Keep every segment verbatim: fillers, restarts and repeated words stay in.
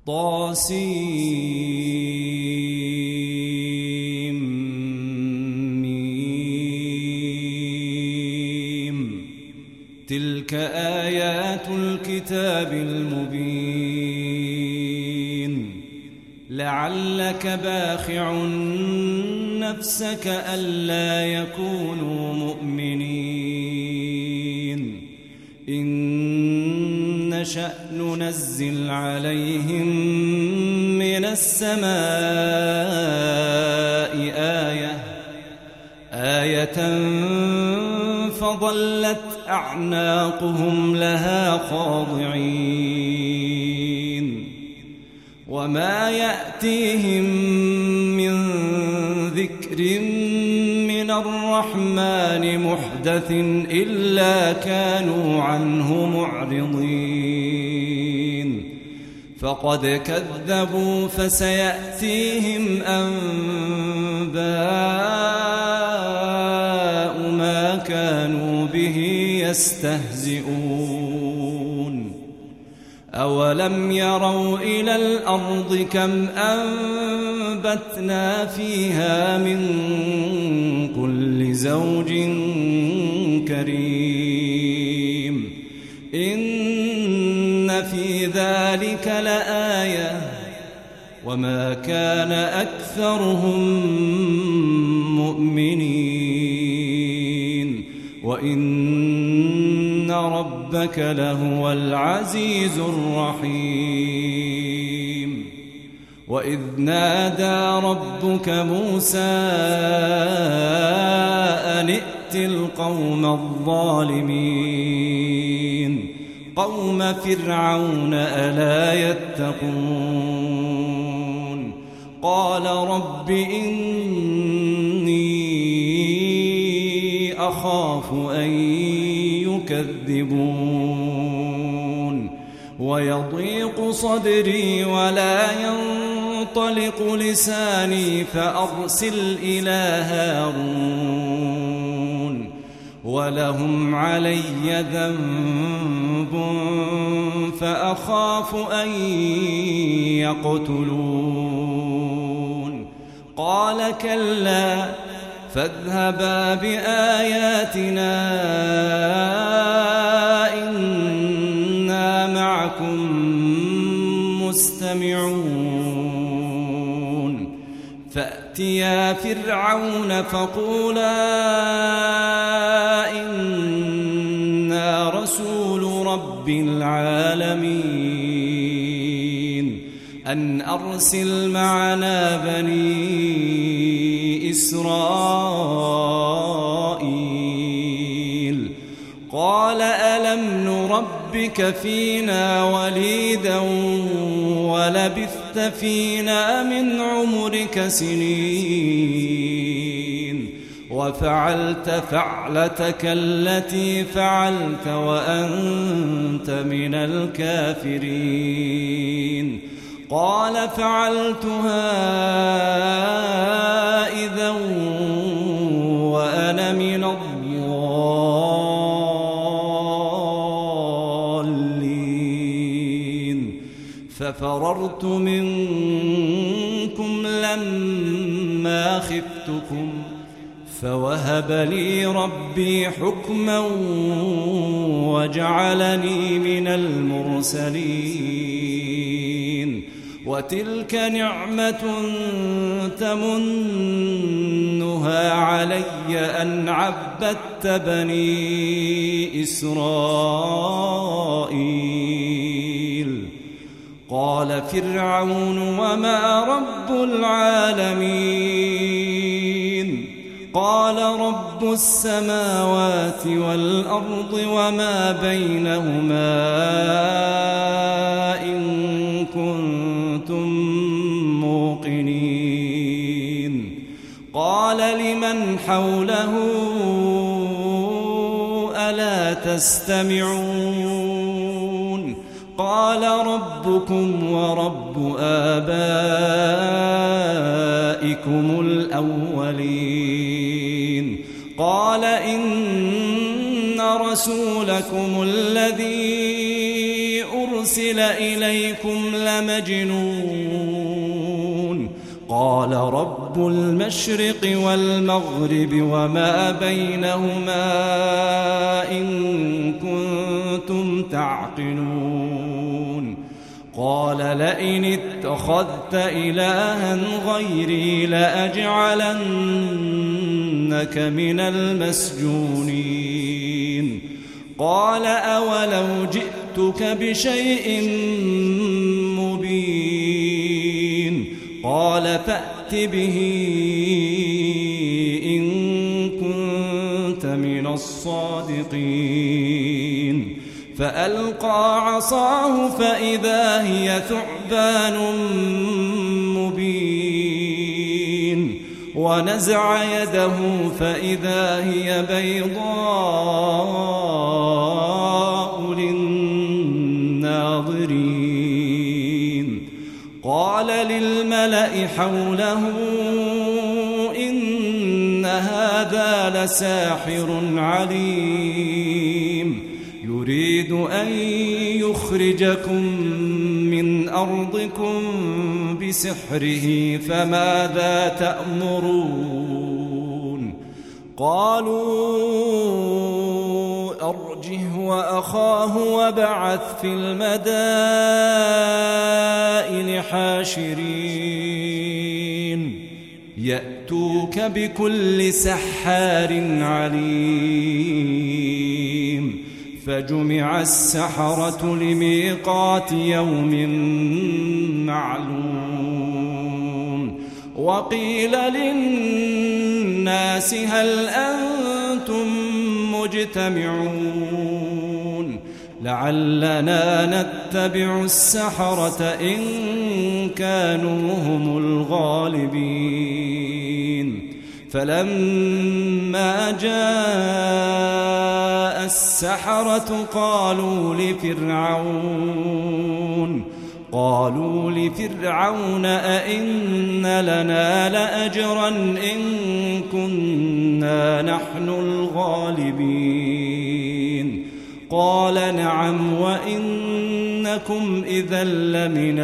طاسيم. تلك آيات الكتاب المبين. لعلك باخع نفسك ألا يكونوا مؤمنين إن نشأ ننزل عليهم من السماء آية آية فظلت أعناقهم لها خاضعين وما يأتيهم من ذكر من الرحمن محدث إلا كانوا عنه معرضين فقد كذبوا فسيأتيهم أنباء ما كانوا به يستهزئون أولم يروا إلى الأرض كم أنبتنا فيها من كل زوج كريم إن في ذلك لآية وما كان أكثرهم مؤمنين وإن ربك لهو العزيز الرحيم وإذ نادى ربك موسى أن ائت القوم الظالمين قوم فرعون ألا يتقون قال رب إني أخاف أن يكذبون ويضيق صدري ولا ينطلق لساني فأرسل إلى هارون ولهم علي ذنب فأخاف أن يقتلون قال كلا فاذهبا بآياتنا إنا معكم مستمعون فأتيا فرعون فقولا إنا رسول رب العالمين أن أرسل معنا بني إسرائيل قال ألم نربك فينا وليدا ولبثت فينا من عمرك سنين وفعلت فعلتك التي فعلت وأنت من الكافرين قال فعلتها إذا وأنا من الضالين ففررت منكم لما خفتكم فوهب لي ربي حكما وجعلني من المرسلين وتلك نعمة تمنها علي أن عبدت بني إسرائيل قال فرعون وما رب العالمين قال رب السماوات والأرض وما بينهما إن كنتم موقنين قال لمن حوله ألا تستمعون قال ربكم ورب آبائكم الأولين قال إن رسولكم الذي أرسل إليكم لمجنون قال رب المشرق والمغرب وما بينهما إن كنتم تعقلون قال لئن اتخذت إلها غيري لأجعلنك من المسجونين قال أولو جئتك بشيء مبين قال فأت به إن كنت من الصادقين فألقى عصاه فإذا هي ثعبان مبين ونزع يده فإذا هي بيضاء للناظرين قال للملأ حوله إن هذا لساحر عليم يريد أن يخرجكم من أرضكم بسحره فماذا تأمرون قالوا أرجه وأخاه وابعث في المدائن حاشرين يأتوك بكل سحار عليم فجمع السحرة لميقات يوم معلوم وقيل للناس هل أنتم مجتمعون لعلنا نتبع السحرة إن كانوا هم الغالبين فلما جاء السحرة قالوا لفرعون قالوا لفرعون أئن لنا لأجرا إن كنا نحن الغالبين قال نعم وإنكم إذا لمن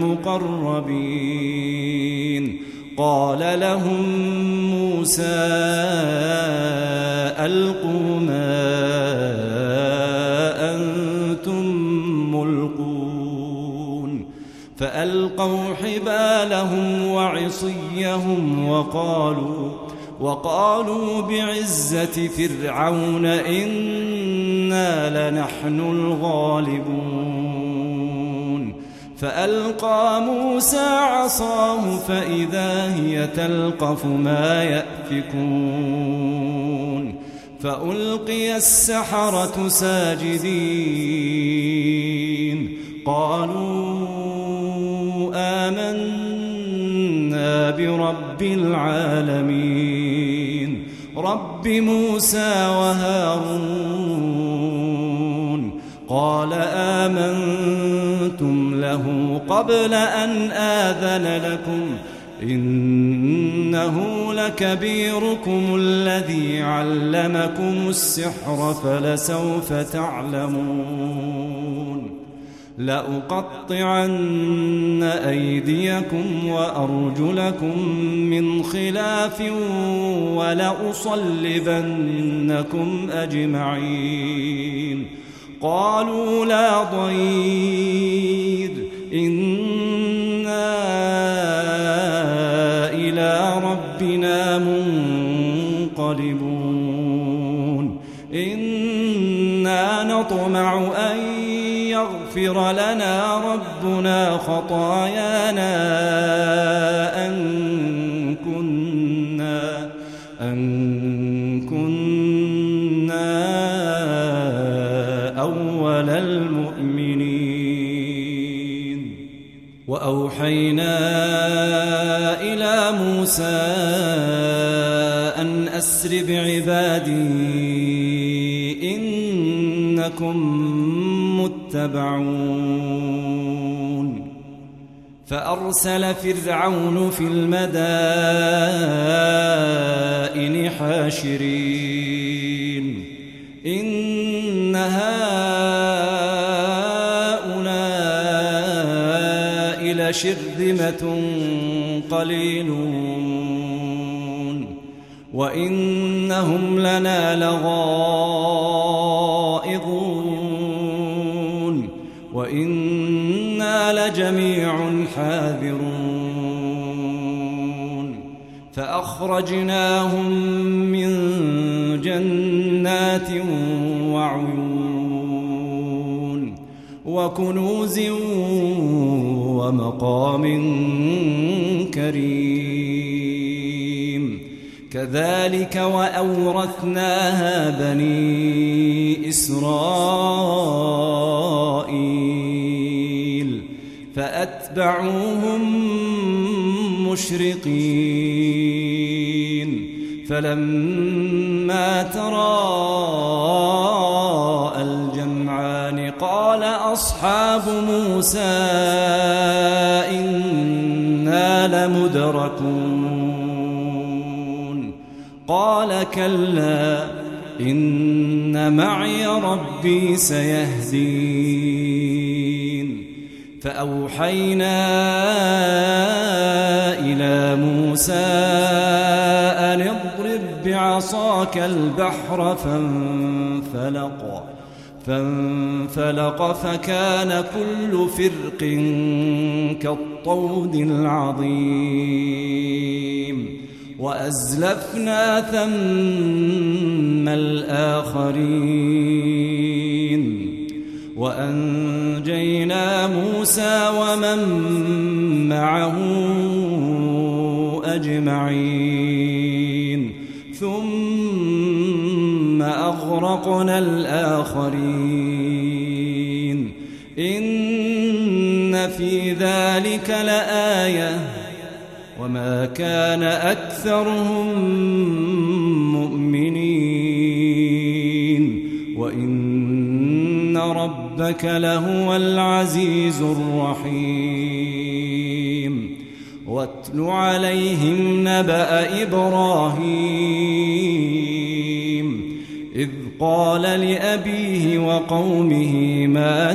المقربين قال لهم موسى ألقوا ما أنتم ملقون فألقوا حبالهم وعصيهم وقالوا وقالوا بعزة فرعون إنا لنحن الغالبون فألقى موسى عصاه فإذا هي تلقف ما يأفكون فألقي السحرة ساجدين قالوا آمنا برب العالمين رب موسى وهارون قال آمنتم له قبل أن آذن لكم إنه لكبيركم الذي علمكم السحر فلسوف تعلمون لأقطعن أيديكم وأرجلكم من خلاف ولأصلبنكم أجمعين قالوا لا ضير إنا إلى ربنا منقلبون إنا نطمع أن يغفر لنا ربنا خطايانا أن كنا أن كنا أول المؤمنين وأوحينا إلى موسى أن أسر بعبادي إنكم متبعون فأرسل فرعون في المدائن حاشرين إن هؤلاء لشرذمة قليلون وإنهم لنا لغائظون وإنا لجميع حاذرون فأخرجناهم من جنات وعيون وكنوز ومقام كريم كذلك وأورثناها بني إسرائيل فأتبعوهم مشرقين فلما تراءى الجمعان قال أصحاب موسى إنا لمدركون قال كلا إن معي ربي سيهدين فأوحينا إلى موسى أن اضرب بعصاك البحر فانفلق فانفلق فكان كل فرق كالطود العظيم وأزلفنا ثم الآخرين وأنجينا موسى ومن معه أجمعين ثم أغرقنا الآخرين إن في ذلك لآية وما كان أكثرهم مؤمنين وإن ربك لهو العزيز الرحيم واتل عليهم نبأ إبراهيم إذ قال لأبيه وقومه ما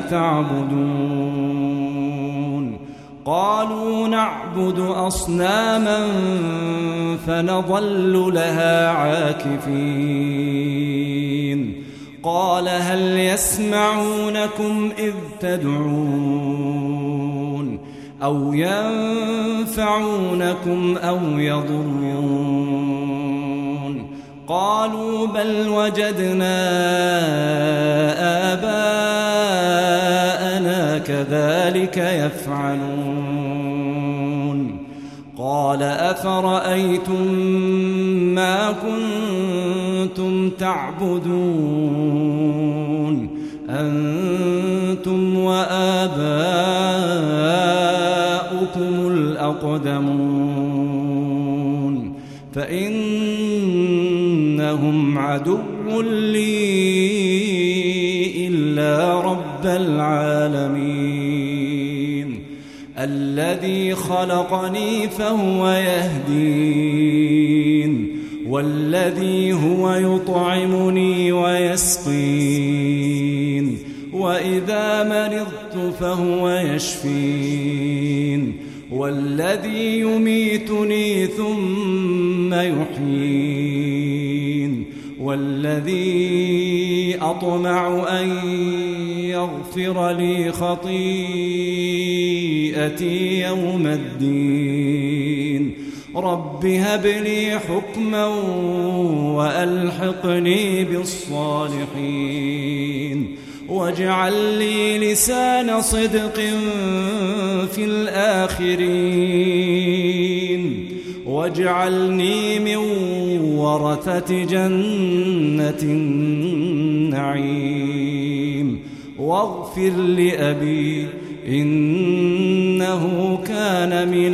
تعبدون قالوا نعبد أصناما فنظل لها عاكفين قال هل يسمعونكم إذ تدعون أو ينفعونكم أو يضرون قالوا بل وجدنا آباءنا كذلك يفعلون قال أفرأيتم ما كنتم تعبدون أنتم وآباؤكم الأقدمون فإنهم عدو لي إلا رب العالمين الذي خلقني فهو يهدين والذي هو يطعمني ويسقين وإذا مرضت فهو يشفين والذي يميتني ثم يحيين والذي أطمع أن يغفر لي خطيئتي يوم الدين رب هب لي حكما وألحقني بالصالحين واجعل لي لسان صدق في الآخرين واجعلني من ورثة جنة النعيم واغفر لأبي إنه كان من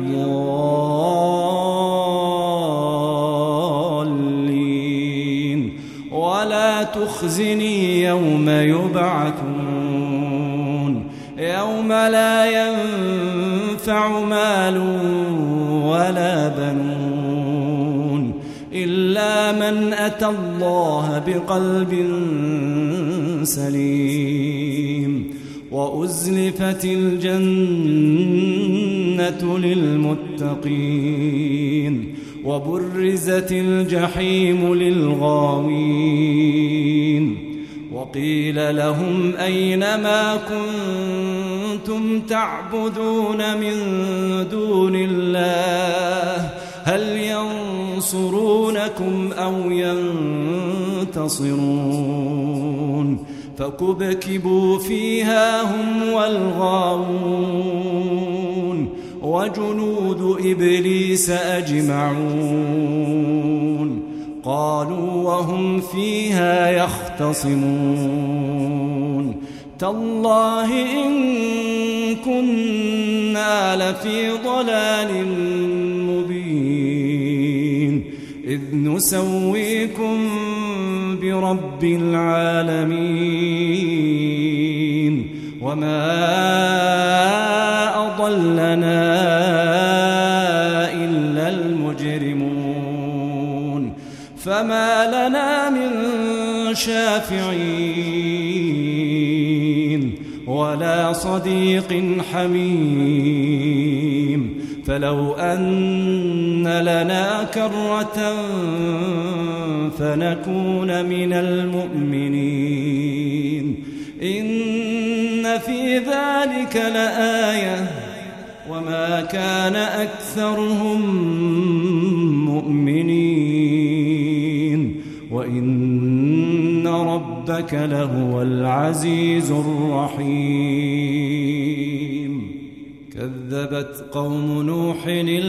الضالين ولا تخزني يوم يبعثون يوم لا ينفع مال ولا بنون إلا من أتى الله بقلب سليم وأزلفت الجنة للمتقين وبرزت الجحيم للغاوين وقيل لهم أين ما كنتم تعبدون من دون الله هل ينصرونكم أو ينتصرون فكبكبوا فيها هم والغاوون وجنود إبليس أجمعون قالوا وهم فيها يختصمون تالله إن كنا لفي ضلال مبين إذ نسويكم برب العالمين وما أضلنا إلا المجرمون فما لنا من شافعين ولا صديق حميم فلو أن لنا كرة فنكون من المؤمنين إن في ذلك لآية وما كان أكثرهم مؤمنين وإن ربك لهو العزيز الرحيم كذبت قوم نوح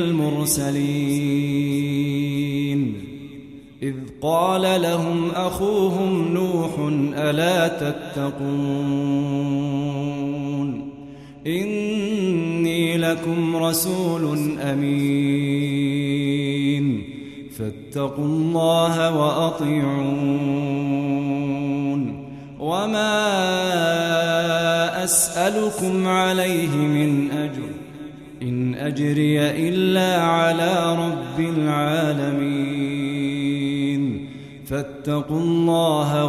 المرسلين إذ قال لهم أخوهم نوح ألا تتقون إني لكم رسول أمين فاتقوا الله وأطيعون وما أسألكم عليه من أجر إن أجري إلا على رب العالمين فاتقوا الله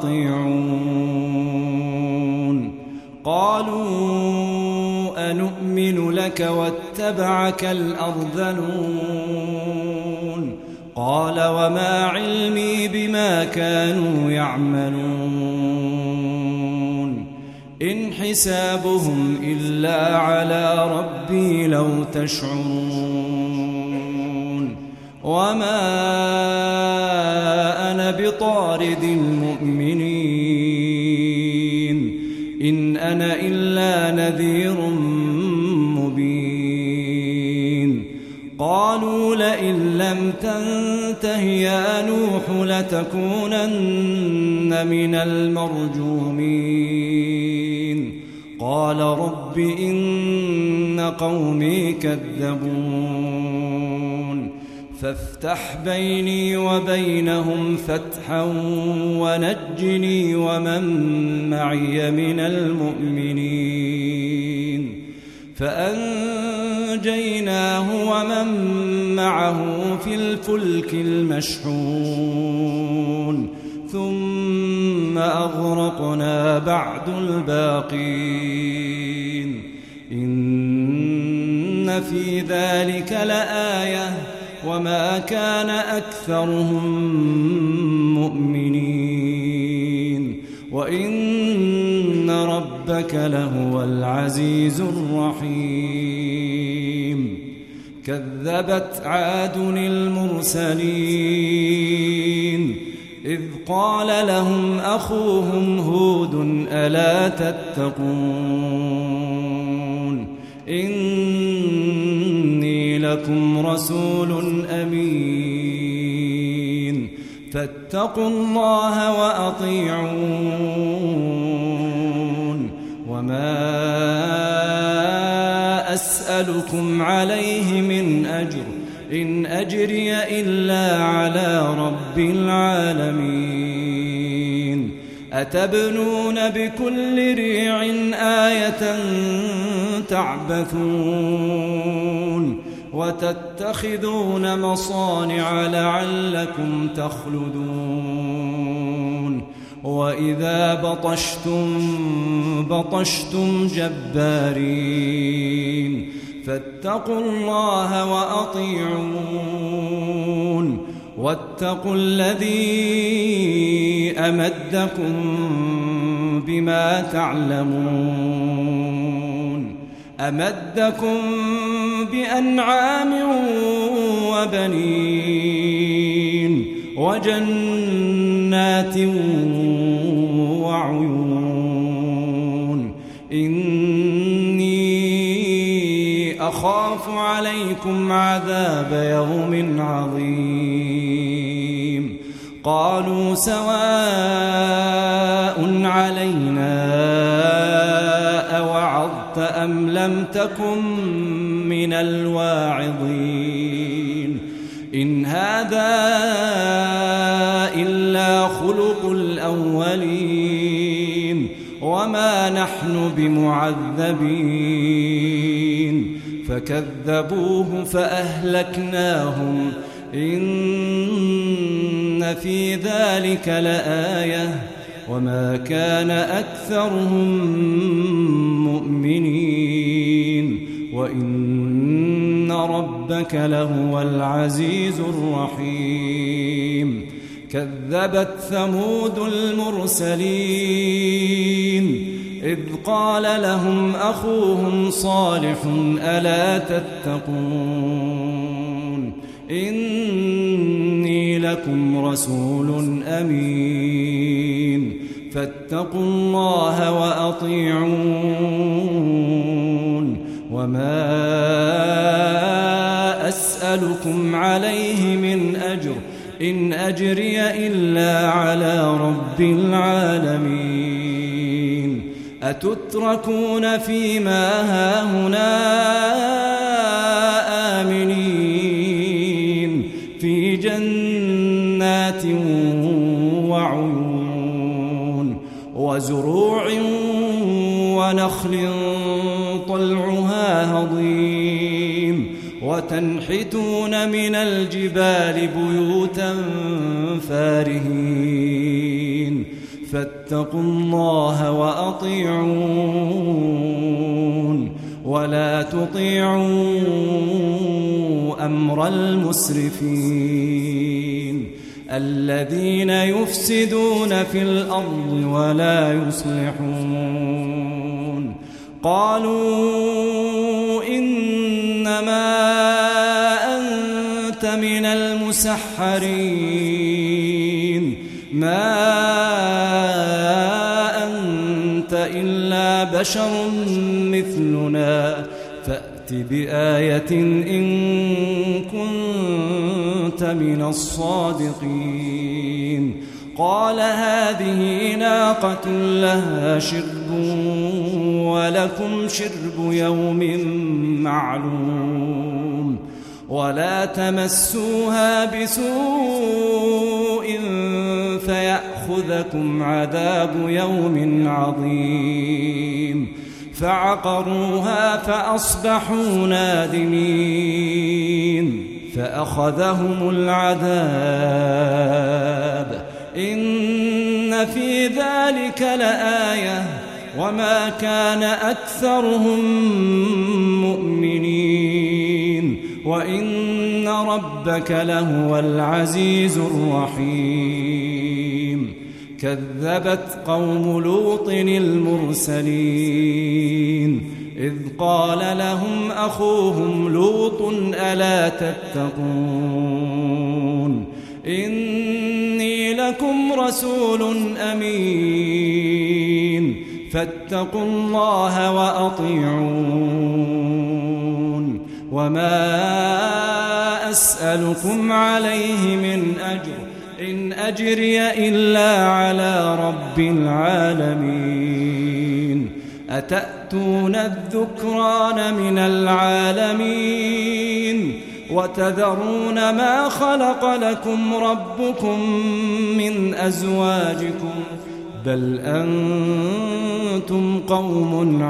وأطيعون قالوا أنؤمن لك واتبعك الأرذلون قال وما علمي بما كانوا يعملون إن حسابهم إلا على ربي لو تشعرون وما أنا بطارد المؤمنين إن أنا إلا نذير مبين قالوا لئن لم تنته يا نوح لتكونن من المرجومين قال رب إن قومي كذبون فافتح بيني وبينهم فتحا ونجني ومن معي من المؤمنين فأنجيناه ومن معه في الفلك المشحون ثم أغرقنا بعد الباقين إن في ذلك لآية وما كان أكثرهم مؤمنين وإن ربك لهو العزيز الرحيم كذبت عاد المرسلين إذ قال لهم أخوهم هود ألا تتقون إني لكم رسول أمين فاتقوا الله وأطيعون وما أسألكم عليه من أجر إن أجري إلا على رب العالمين أتبنون بكل ريع آية تعبثون وتتخذون مصانع لعلكم تخلدون وإذا بطشتم بطشتم جبارين فاتقوا الله وأطيعون واتقوا الذي أمدكم بما تعلمون أمدكم بأنعام وبنين وجنات وعيون إني أخاف عليكم عذاب يوم عظيم قالوا سواء علينا أوعظت أم لم تكن من الواعظين إن هذا إلا خلق الأولين وما نحن بمعذبين فكذبوه فأهلكناهم إن في ذلك لآية وما كان أكثرهم مؤمنين وإن ربك لهو العزيز الرحيم كذبت ثمود المرسلين إذ قال لهم أخوهم صالح ألا تتقون إني لكم رسول أمين فاتقوا الله وأطيعون وما أسألكم عليه من أجر إن أجري إلا على رب العالمين أتتركون فيما هاهنا آمنين في جنات وعيون وزروع ونخل طلعها هضيم وتنحتون من الجبال بيوتا فارهين فاتقوا الله وأطيعون ولا تطيعوا أمر المسرفين الذين يفسدون في الأرض ولا يصلحون قالوا إنما أنت من المسحرين ما أنت إلا بشر مثلنا فأت بآية إن كنت من الصادقين قال هذه ناقة لها شرب ولكم شرب يوم معلوم ولا تمسوها بسوء فيأخذكم عذاب يوم عظيم فعقروها فأصبحوا نادمين فأخذهم العذاب إن في ذلك لآية وما كان أكثرهم مؤمنين وإن ربك لهو العزيز الرحيم كذبت قوم لوط المرسلين إذ قال لهم أخوهم لوط ألا تتقون إني لكم رسول أمين فاتقوا الله وأطيعون وما أسألكم عليه من أجر إن أجري إلا على رب العالمين أتأتون الذكران من العالمين وتذرون ما خلق لكم ربكم من أزواجكم بل أنتم قوم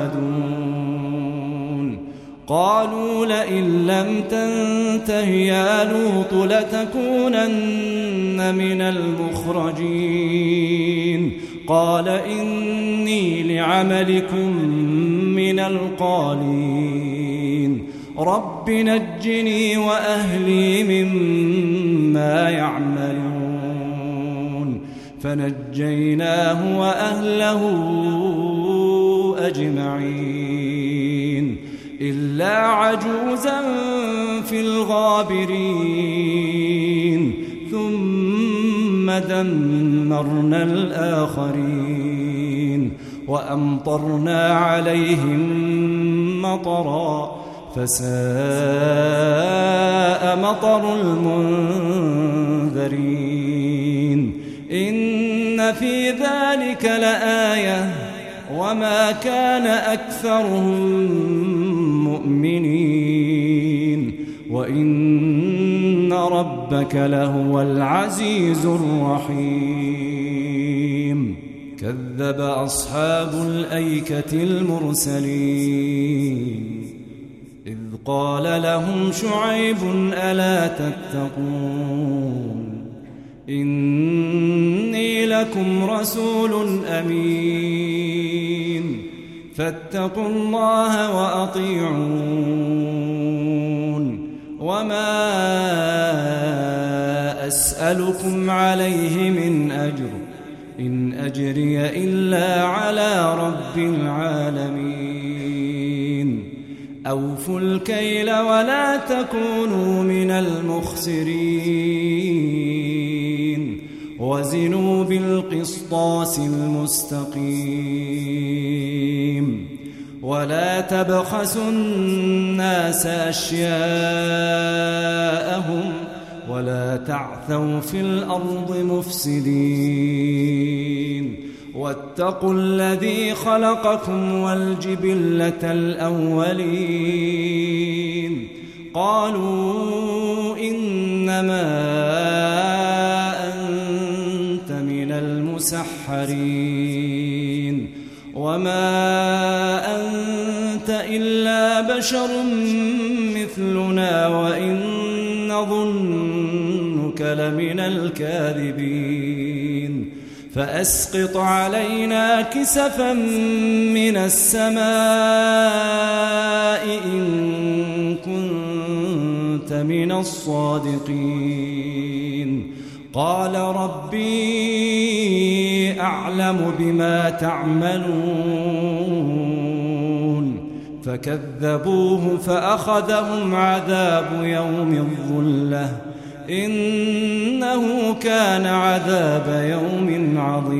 عادون قالوا لئن لم تنته يا لوط لتكونن من المخرجين قال إني لعملكم من القالين رب نجني وأهلي مما يعملون فنجيناه وأهله أجمعين إلا عجوزا في الغابرين ثم دمرنا الآخرين وأمطرنا عليهم مطرا فساء مطر المنذرين إن في ذلك لآية وما كان أكثرهم مؤمنين وإن ربك لهو العزيز الرحيم كذب أصحاب الأيكة المرسلين إذ قال لهم شعيب ألا تتقون إني لكم رسول أمين فاتقوا الله وأطيعون وما أسألكم عليه من أجر إن أجري إلا على رب العالمين أوفوا الكيل ولا تكونوا من المخسرين وزنوا بالقسطاس المستقيم ولا تبخسوا الناس أشياءهم ولا تعثوا في الأرض مفسدين واتقوا الذي خلقكم والجبلة الأولين قالوا إنما أنت من المسحرين وما أنت إلا بشر مثلنا وإن نظنك لمن الكاذبين فأسقط علينا كسفا من السماء إن كنت من الصادقين قال ربي أعلم بما تعملون فكذبوه فأخذهم عذاب يوم الظلة إنه كان عذاب يوم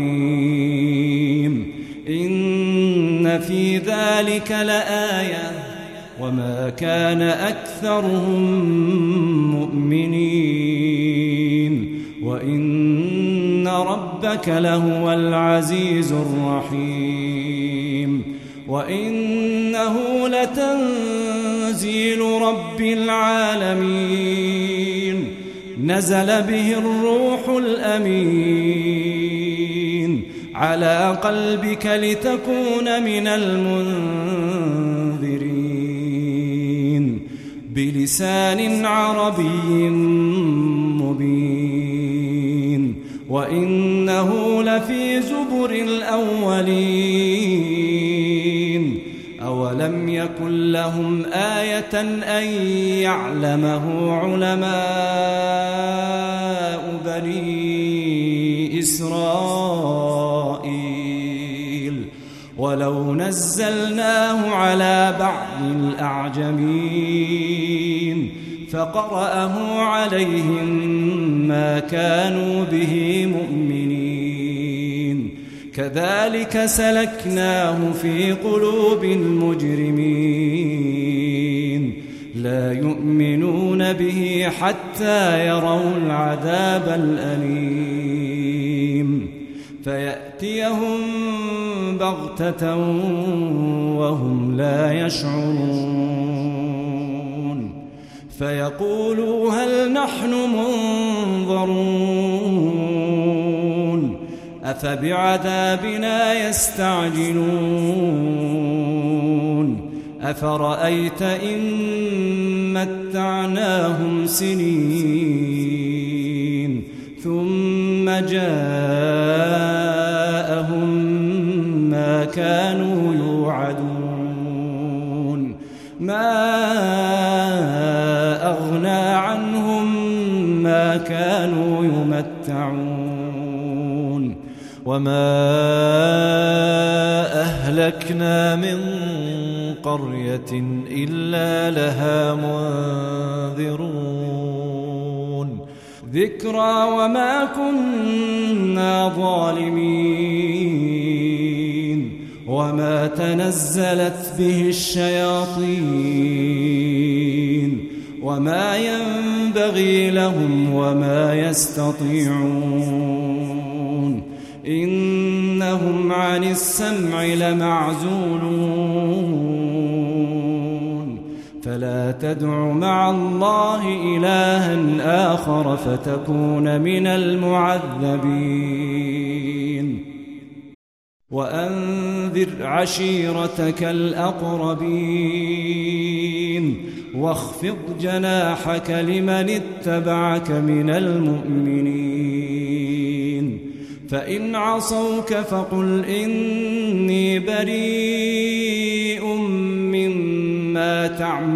عظيم إن في ذلك لآية وما كان أكثرهم مؤمنين وإن ربك لهو العزيز الرحيم وإنه لتنزيل رب العالمين نزل به الروح الأمين على قلبك لتكون من المنذرين بلسان عربي مبين وإنه لفي زبر الأولين أولم يكن لهم آية أن يعلمه علماء بني إسرائيل ولو نزلناه على بعض الأعجمين فقرأه عليهم ما كانوا به مؤمنين كذلك سلكناه في قلوب المجرمين لا يؤمنون به حتى يروا العذاب الأليم فيأتيهم بغتة وهم لا يشعرون فيقولوا هل نحن منظرون أفبعذابنا يستعجلون أفرأيت إن متعناهم سنين ثم جاءهم ما كانوا يوعدون ما أغنى عنهم ما كانوا يمتعون وما أهلكنا من قرية إلا لها منذرون ذكرى وما كنا ظالمين وما تنزلت به الشياطين وما ينبغي لهم وما يستطيعون إنهم عن السمع لمعزولون فلا تدع مع الله إلها آخر فتكون من المعذبين وأنذر عشيرتك الأقربين واخفض جناحك لمن اتبعك من المؤمنين فإن عصوك فقل إني بريء مما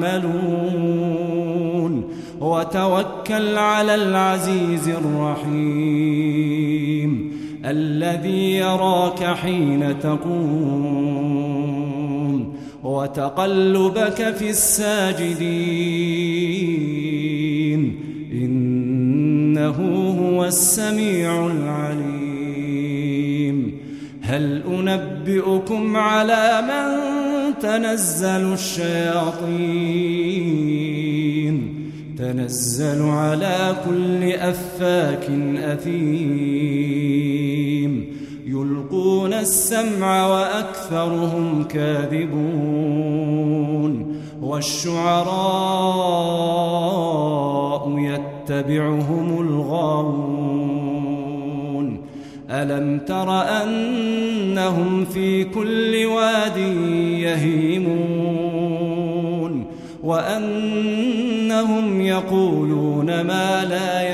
تعملون وتوكل على العزيز الرحيم الذي يراك حين تقوم وتقلبك في الساجدين إنه هو السميع العليم هل أنبئكم على من تنزل الشياطين تنزل على كل أفاك أثيم يلقون السمع وأكثرهم كاذبون والشعراء يتبعهم الغاوون ألم تر أنهم في كل واد يهيمون وأنهم يقولون ما لا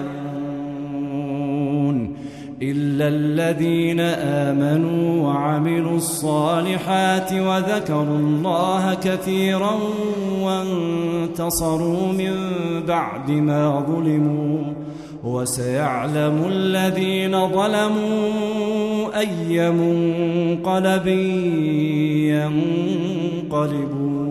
يفعلون إلا الذين آمنوا وعملوا الصالحات وذكروا الله كثيرا وانتصروا من بعد ما ظلموا وسيعلم الذين ظلموا أي منقلب ينقلبون